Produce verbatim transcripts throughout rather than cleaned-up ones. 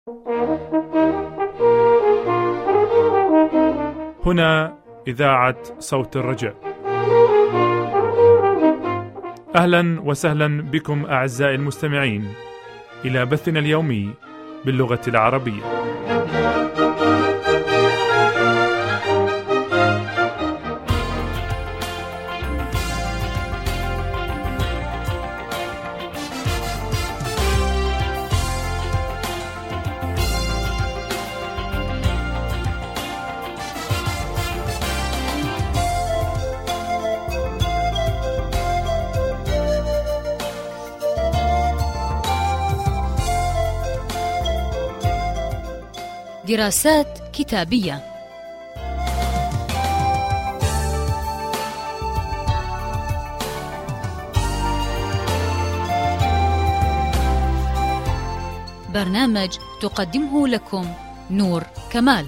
هنا إذاعة صوت الرجاء. أهلا وسهلا بكم أعزائي المستمعين إلى بثنا اليومي باللغة العربية. دراسات كتابية. برنامج تقدمه لكم نور كمال.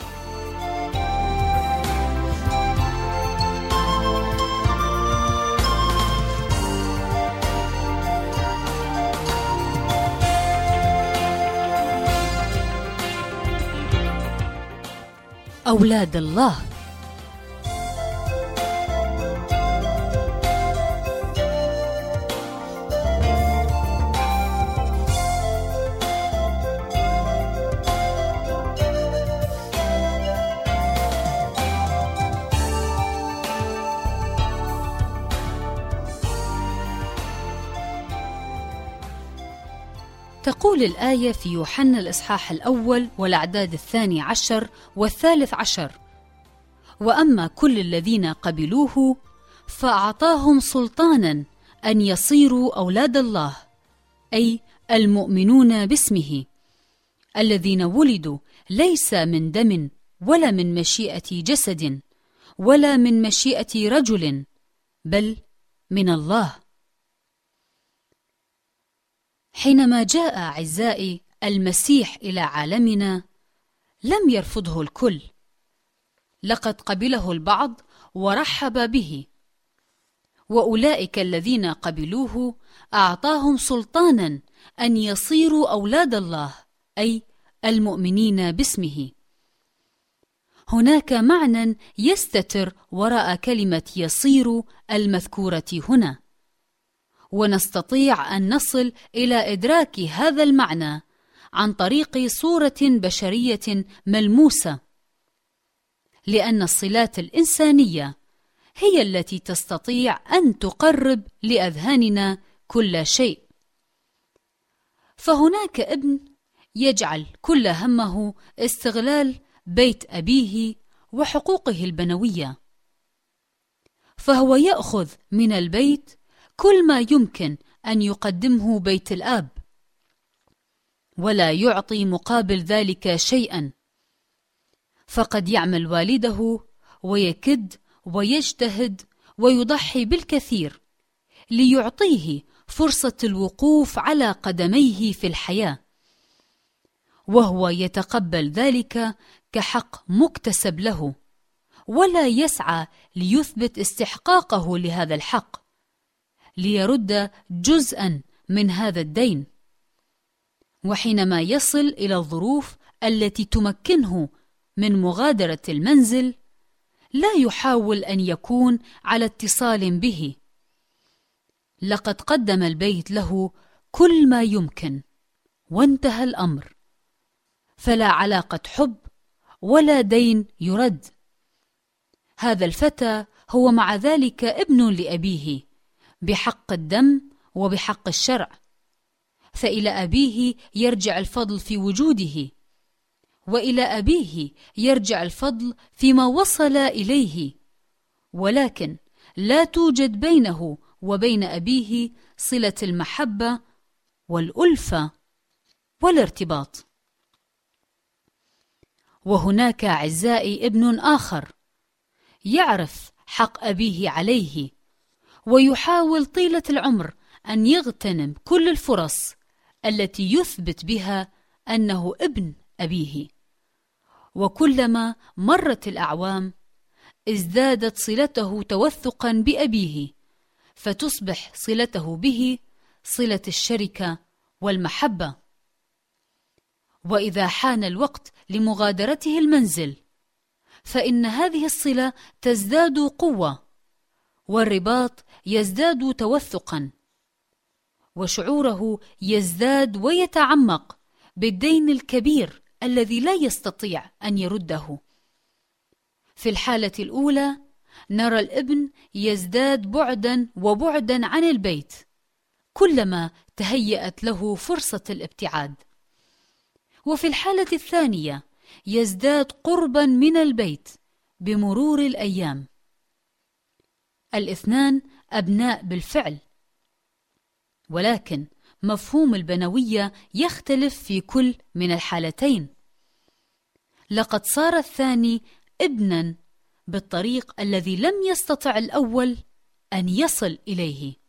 أولاد الله. تقول الآية في يوحنا الإصحاح الأول والأعداد الثاني عشر والثالث عشر: وأما كل الذين قبلوه فأعطاهم سلطانا أن يصيروا أولاد الله، أي المؤمنون باسمه، الذين ولدوا ليس من دم ولا من مشيئة جسد ولا من مشيئة رجل، بل من الله. حينما جاء أعزائي المسيح إلى عالمنا لم يرفضه الكل، لقد قبله البعض ورحب به، وأولئك الذين قبلوه أعطاهم سلطانا أن يصيروا أولاد الله، أي المؤمنين باسمه. هناك معنى يستتر وراء كلمة يصير المذكورة هنا، ونستطيع أن نصل إلى إدراك هذا المعنى عن طريق صورة بشرية ملموسة، لأن الصلات الإنسانية هي التي تستطيع أن تقرب لأذهاننا كل شيء. فهناك ابن يجعل كل همه استغلال بيت أبيه وحقوقه البنوية، فهو يأخذ من البيت كل ما يمكن أن يقدمه بيت الآب، ولا يعطي مقابل ذلك شيئا. فقد يعمل والده ويكد ويجتهد ويضحي بالكثير ليعطيه فرصة الوقوف على قدميه في الحياة، وهو يتقبل ذلك كحق مكتسب له، ولا يسعى ليثبت استحقاقه لهذا الحق ليرد جزءا من هذا الدين. وحينما يصل إلى الظروف التي تمكنه من مغادرة المنزل لا يحاول أن يكون على اتصال به، لقد قدم البيت له كل ما يمكن وانتهى الأمر، فلا علاقة حب ولا دين يرد. هذا الفتى هو مع ذلك ابن لأبيه بحق الدم وبحق الشرع، فإلى أبيه يرجع الفضل في وجوده، وإلى أبيه يرجع الفضل فيما وصل إليه، ولكن لا توجد بينه وبين أبيه صلة المحبة والألفة والارتباط. وهناك أعزائي ابن آخر يعرف حق أبيه عليه، ويحاول طيلة العمر أن يغتنم كل الفرص التي يثبت بها أنه ابن أبيه، وكلما مرت الأعوام ازدادت صلته توثقا بأبيه، فتصبح صلته به صلة الشركة والمحبة. وإذا حان الوقت لمغادرته المنزل فإن هذه الصلة تزداد قوة، والرباط يزداد توثقا، وشعوره يزداد ويتعمق بالدين الكبير الذي لا يستطيع أن يرده. في الحالة الأولى نرى الابن يزداد بعدا وبعدا عن البيت كلما تهيأت له فرصة الابتعاد، وفي الحالة الثانية يزداد قربا من البيت بمرور الأيام. الاثنان أبناء بالفعل، ولكن مفهوم البنوية يختلف في كل من الحالتين. لقد صار الثاني ابنا بالطريق الذي لم يستطع الأول أن يصل إليه.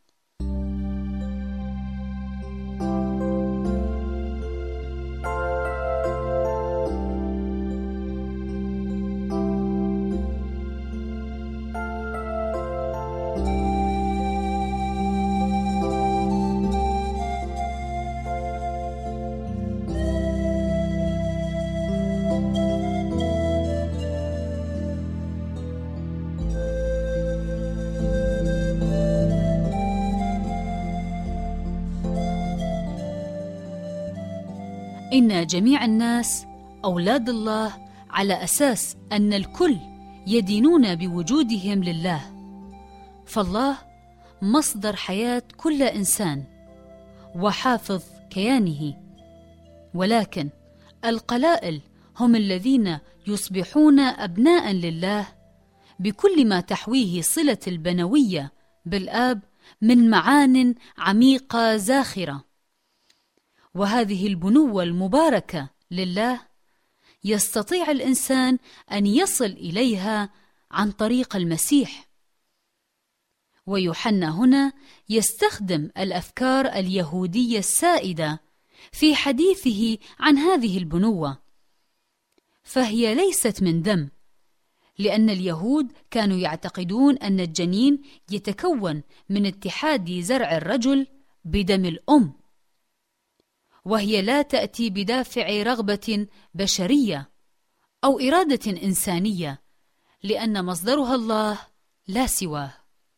إن جميع الناس أولاد الله على أساس أن الكل يدينون بوجودهم لله، فالله مصدر حياة كل إنسان وحافظ كيانه، ولكن القلائل هم الذين يصبحون أبناء لله بكل ما تحويه صلة البنوية بالآب من معان عميقة زاخرة. وهذه البنوة المباركة لله يستطيع الإنسان أن يصل إليها عن طريق المسيح. ويوحنا هنا يستخدم الأفكار اليهودية السائدة في حديثه عن هذه البنوة، فهي ليست من دم، لأن اليهود كانوا يعتقدون أن الجنين يتكون من اتحاد زرع الرجل بدم الأم، وهي لا تأتي بدافع رغبة بشرية أو إرادة إنسانية، لأن مصدرها الله لا سواه.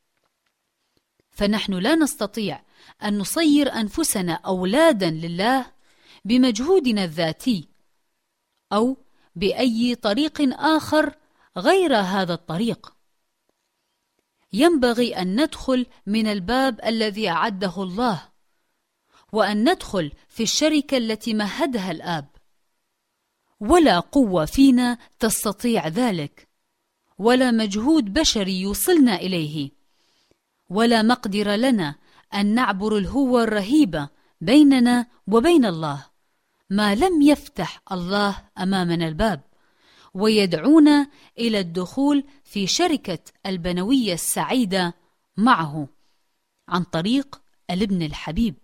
فنحن لا نستطيع أن نصير أنفسنا أولادا لله بمجهودنا الذاتي أو بأي طريق آخر غير هذا الطريق. ينبغي أن ندخل من الباب الذي أعده الله، وأن ندخل في الشركة التي مهدها الآب، ولا قوة فينا تستطيع ذلك، ولا مجهود بشري يوصلنا إليه، ولا مقدرة لنا أن نعبر الهوة الرهيبة بيننا وبين الله ما لم يفتح الله أمامنا الباب ويدعونا إلى الدخول في شركة البنوية السعيدة معه عن طريق الابن الحبيب.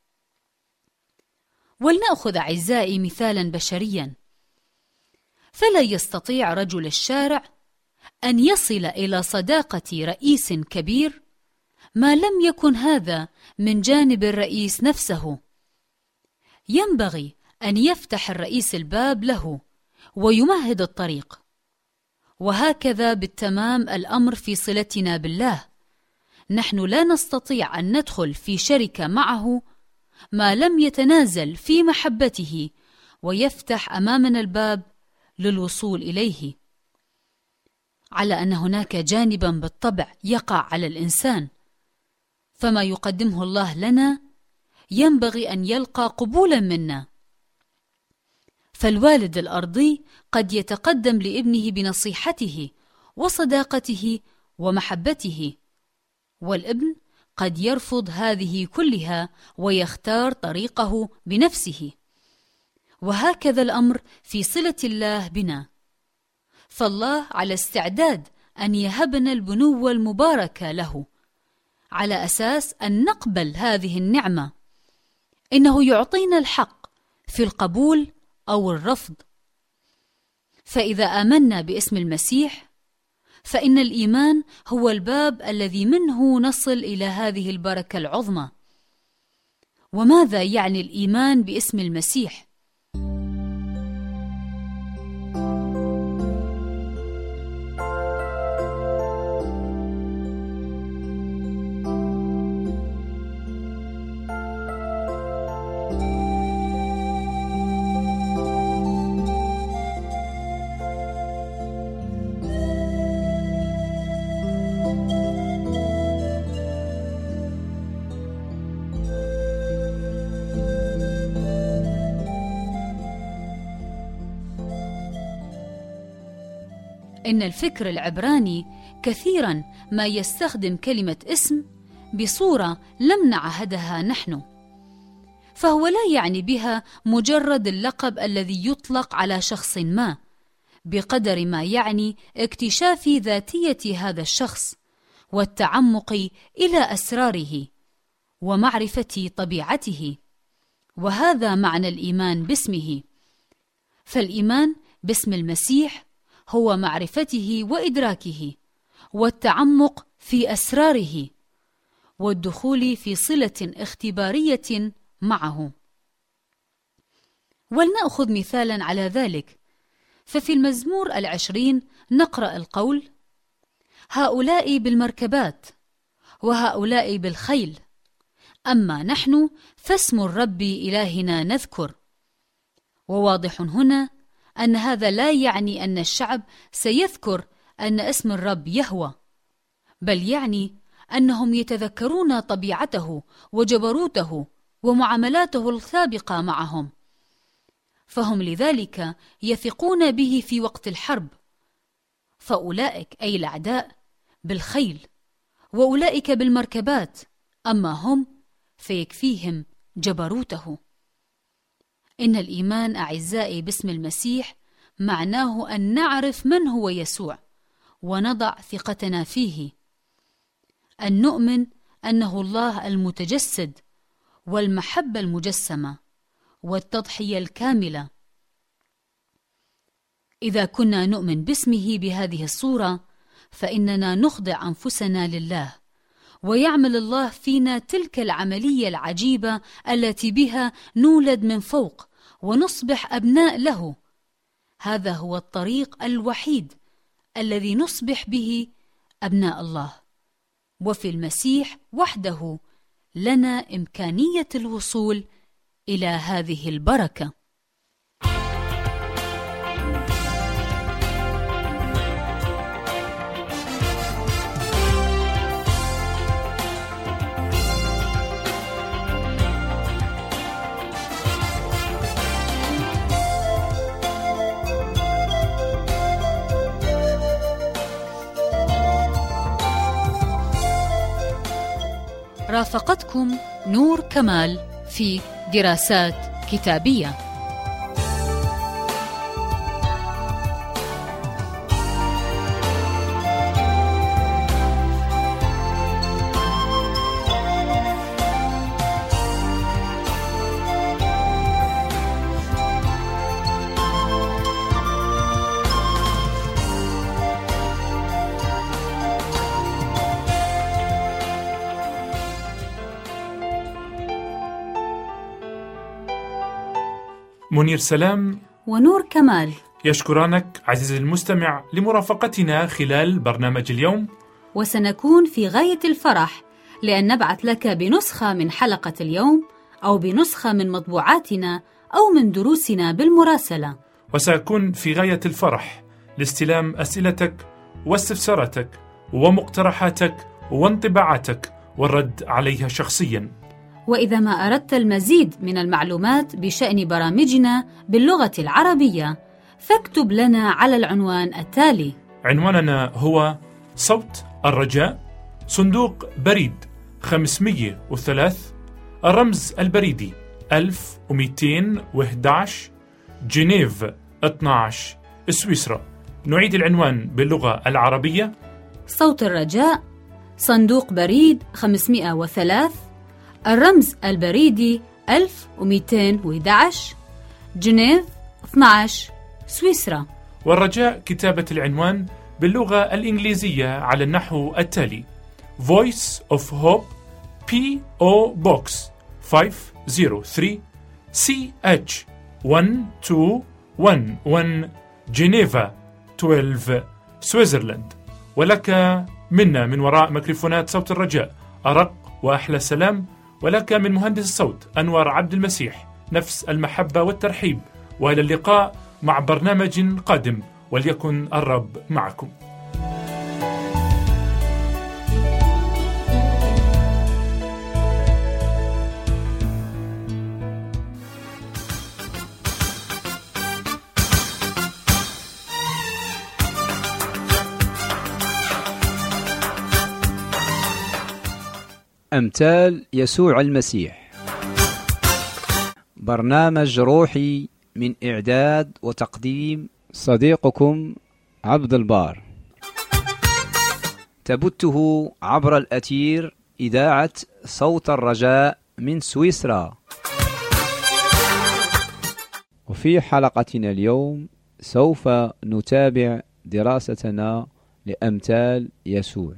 ولنأخذ أعزائي مثالا بشريا، فلا يستطيع رجل الشارع أن يصل إلى صداقة رئيس كبير ما لم يكن هذا من جانب الرئيس نفسه. ينبغي أن يفتح الرئيس الباب له ويمهد الطريق، وهكذا بالتمام الأمر في صلتنا بالله. نحن لا نستطيع أن ندخل في شركة معه ما لم يتنازل في محبته ويفتح أمامنا الباب للوصول إليه. على أن هناك جانبا بالطبع يقع على الإنسان، فما يقدمه الله لنا ينبغي أن يلقى قبولا منا. فالوالد الأرضي قد يتقدم لابنه بنصيحته وصداقته ومحبته، والابن قد يرفض هذه كلها ويختار طريقه بنفسه. وهكذا الأمر في صلة الله بنا، فالله على استعداد أن يهبنا البنوة المباركة له على أساس أن نقبل هذه النعمة. إنه يعطينا الحق في القبول أو الرفض. فإذا آمنا باسم المسيح فإن الإيمان هو الباب الذي منه نصل إلى هذه البركة العظمى. وماذا يعني الإيمان باسم المسيح؟ إن الفكر العبراني كثيراً ما يستخدم كلمة اسم بصورة لم نعهدها نحن، فهو لا يعني بها مجرد اللقب الذي يطلق على شخص ما، بقدر ما يعني اكتشاف ذاتية هذا الشخص والتعمق إلى أسراره ومعرفة طبيعته. وهذا معنى الإيمان باسمه. فالإيمان باسم المسيح هو معرفته وإدراكه والتعمق في أسراره والدخول في صلة اختبارية معه. ولنأخذ مثالا على ذلك، ففي المزمور العشرين نقرأ القول: هؤلاء بالمركبات وهؤلاء بالخيل، أما نحن فاسم الرب إلهنا نذكر. وواضح هنا أن هذا لا يعني أن الشعب سيذكر أن اسم الرب يهوه، بل يعني أنهم يتذكرون طبيعته وجبروته ومعاملاته السابقة معهم، فهم لذلك يثقون به في وقت الحرب. فأولئك أي الأعداء بالخيل، وأولئك بالمركبات، أما هم فيكفيهم جبروته. إن الإيمان أعزائي باسم المسيح معناه أن نعرف من هو يسوع ونضع ثقتنا فيه، أن نؤمن أنه الله المتجسد والمحبة المجسمة والتضحية الكاملة. إذا كنا نؤمن باسمه بهذه الصورة فإننا نخضع أنفسنا لله، ويعمل الله فينا تلك العملية العجيبة التي بها نولد من فوق ونصبح أبناء له. هذا هو الطريق الوحيد الذي نصبح به أبناء الله، وفي المسيح وحده لنا إمكانية الوصول إلى هذه البركة. رافقتكم نور كمال في دراسات كتابية. منير سلام ونور كمال يشكرانك عزيزي المستمع لمرافقتنا خلال برنامج اليوم، وسنكون في غاية الفرح لأن نبعث لك بنسخة من حلقة اليوم أو بنسخة من مطبوعاتنا أو من دروسنا بالمراسلة. وسأكون في غاية الفرح لاستلام أسئلتك واستفساراتك ومقترحاتك وانطباعاتك والرد عليها شخصياً. وإذا ما أردت المزيد من المعلومات بشأن برامجنا باللغة العربية فاكتب لنا على العنوان التالي. عنواننا هو صوت الرجاء، صندوق بريد خمسمئة وثلاثة، الرمز البريدي ألف ومئتين وأحد عشر، جنيف اثني عشر، سويسرا. نعيد العنوان باللغة العربية: صوت الرجاء، صندوق بريد خمسمئة وثلاثة، الرمز البريدي ألف ومئتين وأحد عشر، جنيف اثني عشر، سويسرا. والرجاء كتابة العنوان باللغة الإنجليزية على النحو التالي: Voice of Hope بي أو Box خمسمئة وثلاثة سي إتش واحد اثنين واحد واحد جنيفا اثني عشر، سويسرلاند. ولك منا من وراء ميكروفونات صوت الرجاء أرق وأحلى سلام، ولك من مهندس الصوت أنور عبد المسيح نفس المحبة والترحيب. وإلى اللقاء مع برنامج قادم، وليكن الرب معكم. أمثال يسوع المسيح، برنامج روحي من إعداد وتقديم صديقكم عبد البار، تبثه عبر الأثير إذاعة صوت الرجاء من سويسرا. وفي حلقتنا اليوم سوف نتابع دراستنا لأمثال يسوع.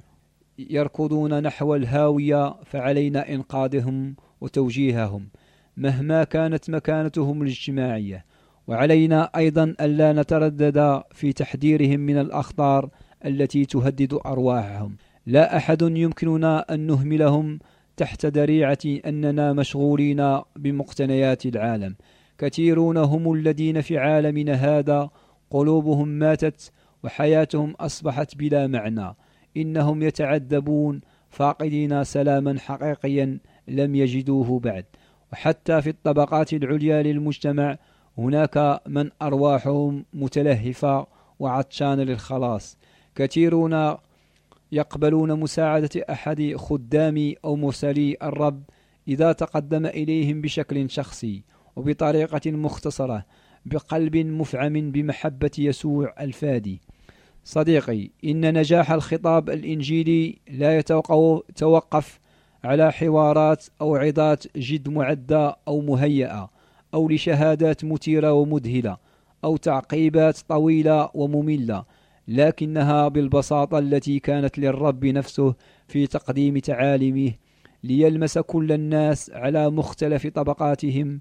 يركضون نحو الهاوية فعلينا إنقاذهم وتوجيههم مهما كانت مكانتهم الاجتماعية، وعلينا أيضا ألا نتردد في تحذيرهم من الأخطار التي تهدد أرواحهم. لا أحد يمكننا أن نهملهم تحت ذريعة أننا مشغولين بمقتنيات العالم. كثيرون هم الذين في عالمنا هذا قلوبهم ماتت وحياتهم أصبحت بلا معنى. إنهم يتعذبون فاقدين سلاما حقيقيا لم يجدوه بعد. وحتى في الطبقات العليا للمجتمع هناك من أرواحهم متلهفة وعطشان للخلاص. كثيرون يقبلون مساعدة أحد خدام أو مرسلي الرب إذا تقدم إليهم بشكل شخصي وبطريقة مختصرة بقلب مفعم بمحبة يسوع الفادي. صديقي، إن نجاح الخطاب الإنجيلي لا يتوقف على حوارات أو عظات جد معدة أو مهيئة، أو لشهادات مثيرة ومذهلة، أو تعقيبات طويلة ومملة، لكنها بالبساطة التي كانت للرب نفسه في تقديم تعاليمه ليلمس كل الناس على مختلف طبقاتهم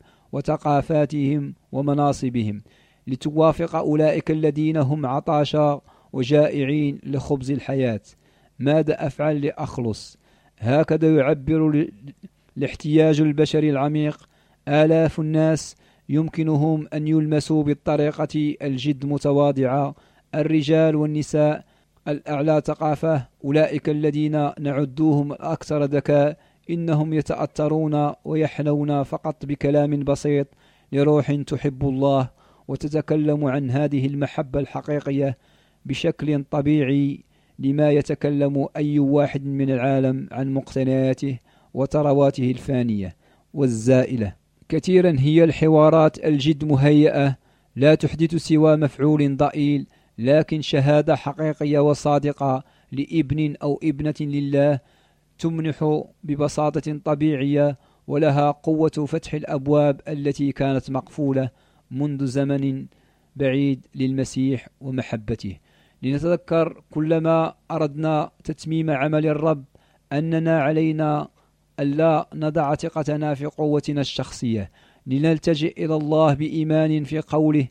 وثقافاتهم ومناصبهم، لتوافق أولئك الذين هم عطاشا وجائعين لخبز الحياة. ماذا أفعل لأخلص؟ هكذا يعبر الاحتياج البشري العميق. آلاف الناس يمكنهم أن يلمسوا بالطريقة الجد متواضعة، الرجال والنساء الأعلى ثقافة، أولئك الذين نعدوهم أكثر ذكاء، إنهم يتأثرون ويحنون فقط بكلام بسيط لروح تحب الله وتتكلم عن هذه المحبة الحقيقية بشكل طبيعي لما يتكلم أي واحد من العالم عن مقتنياته وثرواته الفانية والزائلة. كثيرا هي الحوارات الجد مهيئة لا تحدث سوى مفعول ضئيل، لكن شهادة حقيقية وصادقة لابن أو ابنة لله تمنح ببساطة طبيعية ولها قوة فتح الأبواب التي كانت مقفولة منذ زمن بعيد للمسيح ومحبته. لنتذكر كلما أردنا تتميم عمل الرب أننا علينا ألا نضع ثقتنا في قوتنا الشخصية، لنلتجئ إلى الله بإيمان في قوله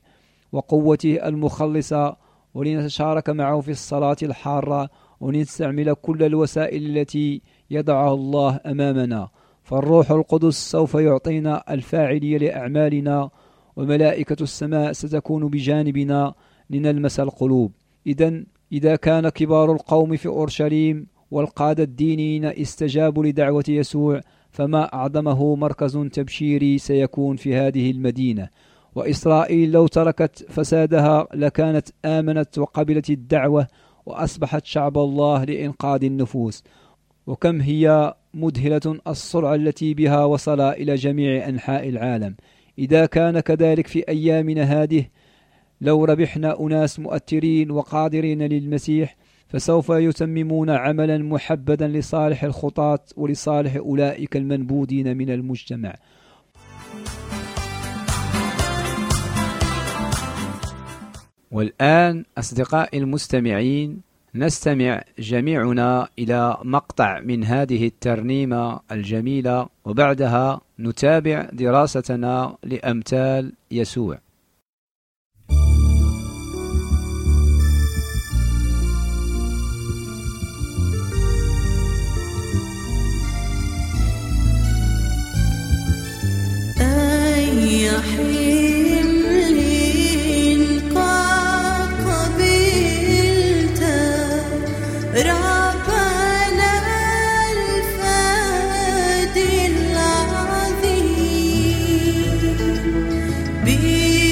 وقوته المخلصة، ولنتشارك معه في الصلاة الحارة، ونستعمل كل الوسائل التي يضعها الله أمامنا. فالروح القدس سوف يعطينا الفاعلية لأعمالنا، وملائكة السماء ستكون بجانبنا لنلمس القلوب. إذن إذا كان كبار القوم في أورشليم والقادة الدينيين استجابوا لدعوة يسوع، فما أعظمه مركز تبشيري سيكون في هذه المدينة. وإسرائيل لو تركت فسادها لكانت آمنت وقبلت الدعوة وأصبحت شعب الله لإنقاذ النفوس. وكم هي مذهلة السرعة التي بها وصل إلى جميع أنحاء العالم. إذا كان كذلك في أيامنا هذه، لو ربحنا أناس مؤثرين وقادرين للمسيح فسوف يتممون عملا محبدا لصالح الخطاة ولصالح أولئك المنبوذين من المجتمع. والآن أصدقائي المستمعين، نستمع جميعنا إلى مقطع من هذه الترنيمة الجميلة، وبعدها نتابع دراستنا لأمثال يسوع. be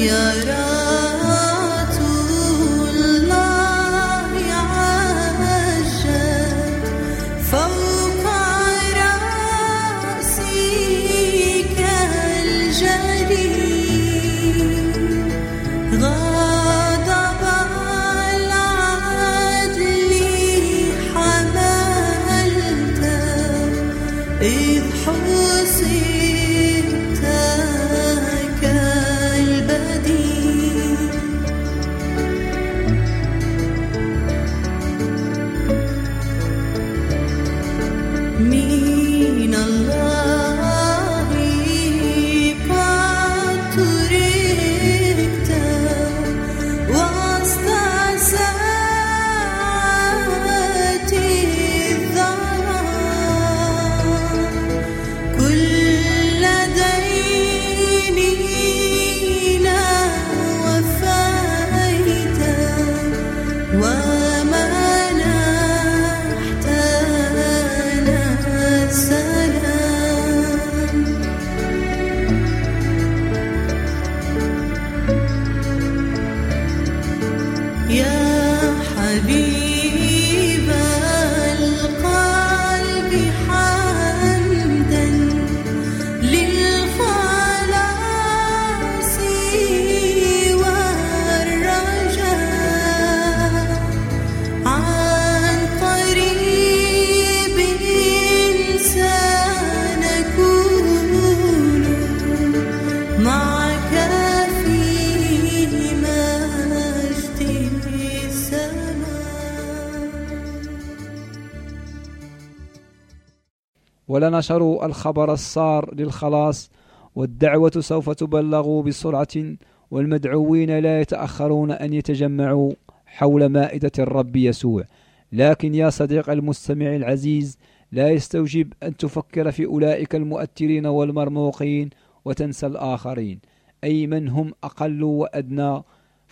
ولنشروا الخبر السار للخلاص، والدعوة سوف تبلغ بسرعة، والمدعوين لا يتأخرون أن يتجمعوا حول مائدة الرب يسوع. لكن يا صديق المستمع العزيز، لا يستوجب أن تفكر في أولئك المؤثرين والمرموقين وتنسى الآخرين، أي من هم أقل وأدنى.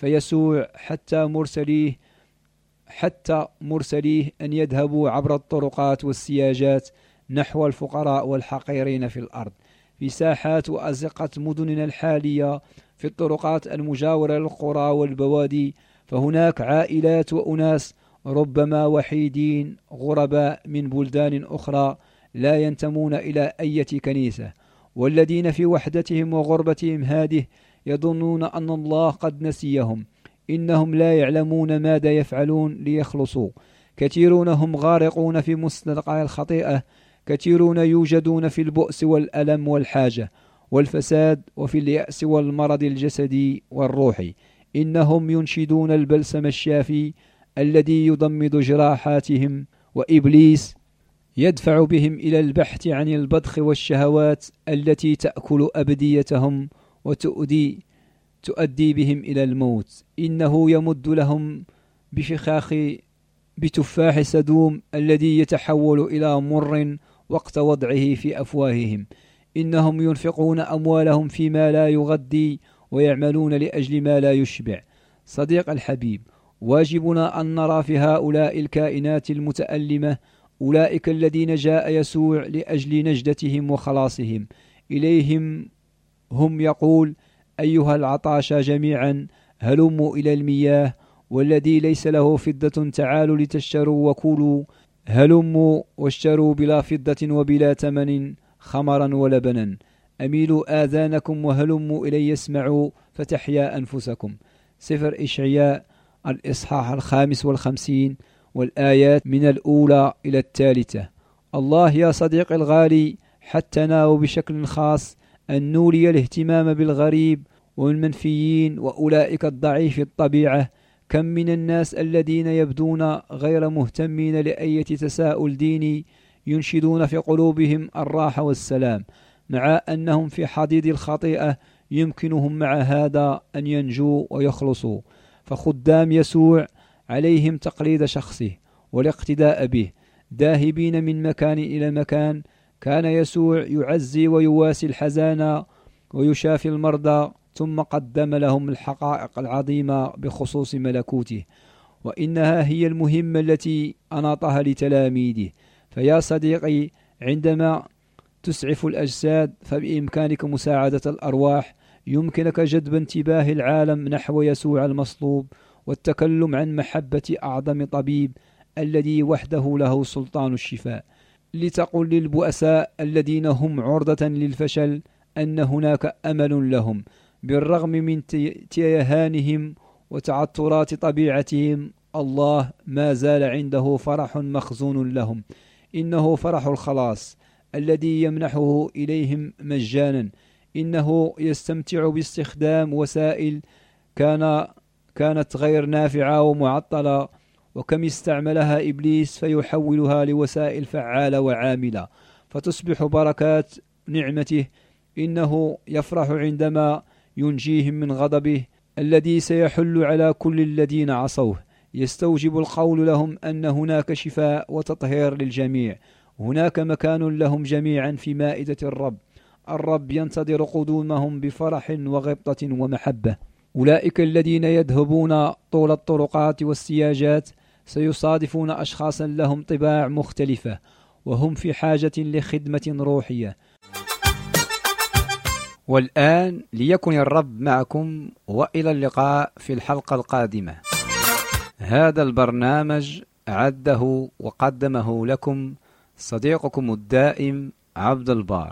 فيسوع حتى مرسليه حتى مرسليه أن يذهبوا عبر الطرقات والسياجات نحو الفقراء والحقيرين في الأرض، في ساحات وأزقة مدننا الحالية، في الطرقات المجاورة للقرى والبوادي. فهناك عائلات وأناس ربما وحيدين غرباء من بلدان أخرى لا ينتمون إلى أي كنيسة، والذين في وحدتهم وغربتهم هذه يظنون أن الله قد نسيهم. إنهم لا يعلمون ماذا يفعلون ليخلصوا. كثيرون هم غارقون في مستنقع الخطيئة، كثيرون يوجدون في البؤس والألم والحاجة والفساد، وفي اليأس والمرض الجسدي والروحي. إنهم ينشدون البلسم الشافي الذي يضمد جراحاتهم، وإبليس يدفع بهم إلى البحث عن البدخ والشهوات التي تأكل أبديتهم وتؤدي تؤدي بهم إلى الموت. إنه يمد لهم بفخاخ بتفاح سدوم الذي يتحول إلى مر وقت وضعه في أفواههم. إنهم ينفقون أموالهم فيما لا يغذي، ويعملون لأجل ما لا يشبع. صديق الحبيب، واجبنا أن نرى في هؤلاء الكائنات المتألمة أولئك الذين جاء يسوع لأجل نجدتهم وخلاصهم. إليهم هم يقول: أيها العطاشى جميعا هلموا إلى المياه، والذي ليس له فضة تعالوا لتشتروا وكلوا. هلموا واشتروا بلا فضة وبلا ثمن خمرا ولبنا. أميلوا آذانكم وهلموا إلي اسمعوا فتحيا أنفسكم. سفر إشعياء الإصحاح الخامس والخمسين والآيات من الأولى إلى الثالثة. الله يا صديق الغالي حثنا وبشكل خاص أن نولي الاهتمام بالغريب والمنفيين وأولئك الضعيف الطبيعة. كم من الناس الذين يبدون غير مهتمين لأي تساؤل ديني ينشدون في قلوبهم الراحة والسلام، مع أنهم في حضيض الخطيئة يمكنهم مع هذا أن ينجوا ويخلصوا. فخدام يسوع عليهم تقليد شخصه والاقتداء به، ذاهبين من مكان إلى مكان. كان يسوع يعزي ويواسي الحزانة ويشافي المرضى، ثم قدم لهم الحقائق العظيمة بخصوص ملكوته، وإنها هي المهمة التي أناطها لتلاميذه. فيا صديقي، عندما تسعف الأجساد فبإمكانك مساعدة الأرواح يمكنك جذب انتباه العالم نحو يسوع المصلوب والتكلم عن محبة أعظم طبيب الذي وحده له سلطان الشفاء، لتقل للبؤساء الذين هم عرضة للفشل أن هناك أمل لهم بالرغم من تيهانهم وتعثرات طبيعتهم. الله ما زال عنده فرح مخزون لهم، إنه فرح الخلاص الذي يمنحه إليهم مجانا. إنه يستمتع باستخدام وسائل كان كانت غير نافعة ومعطلة، وكم استعملها إبليس فيحولها لوسائل فعالة وعاملة فتصبح بركات نعمته. إنه يفرح عندما ينجيهم من غضبه الذي سيحل على كل الذين عصوه. يستوجب القول لهم أن هناك شفاء وتطهير للجميع، هناك مكان لهم جميعا في مائدة الرب. الرب ينتظر قدومهم بفرح وغبطة ومحبة. أولئك الذين يذهبون طول الطرقات والسياجات سيصادفون أشخاصا لهم طباع مختلفة وهم في حاجة لخدمة روحية. والآن ليكن الرب معكم، وإلى اللقاء في الحلقة القادمة. هذا البرنامج أعده وقدمه لكم صديقكم الدائم عبد البار.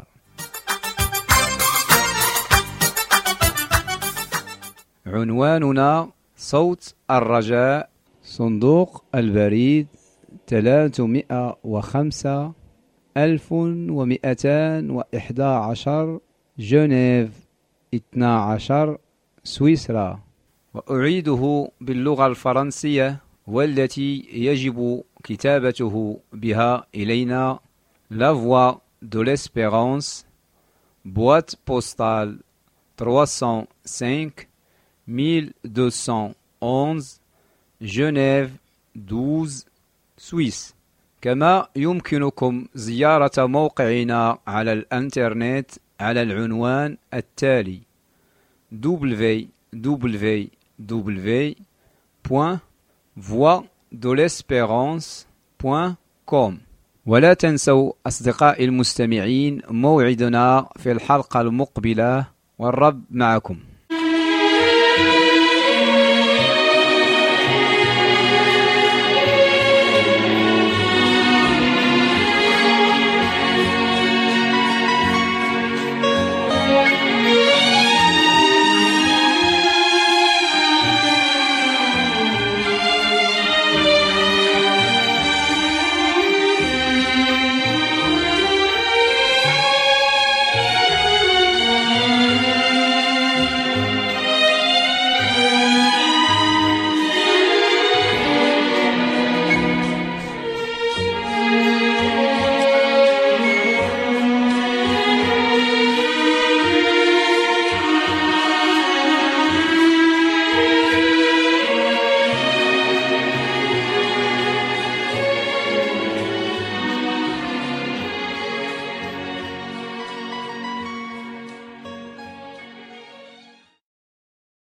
عنواننا صوت الرجاء، صندوق البريد ثلاثمائة وخمسة ألف ومئتين وإحدى عشر جنيف اثني عشر سويسرا. وأعيده باللغة الفرنسية والتي يجب كتابته بها إلينا: La Voix de l'Espérance, boîte postale trois cent cinq mille deux cent onze جنيف douze سويس. كما يمكنكم زيارة موقعنا على الانترنت على العنوان التالي: دبليو دبليو دبليو دوت voix de l'espérance دوت كوم. ولا تنسوا أصدقائي المستمعين موعدنا في الحلقة المقبلة، والرب معكم.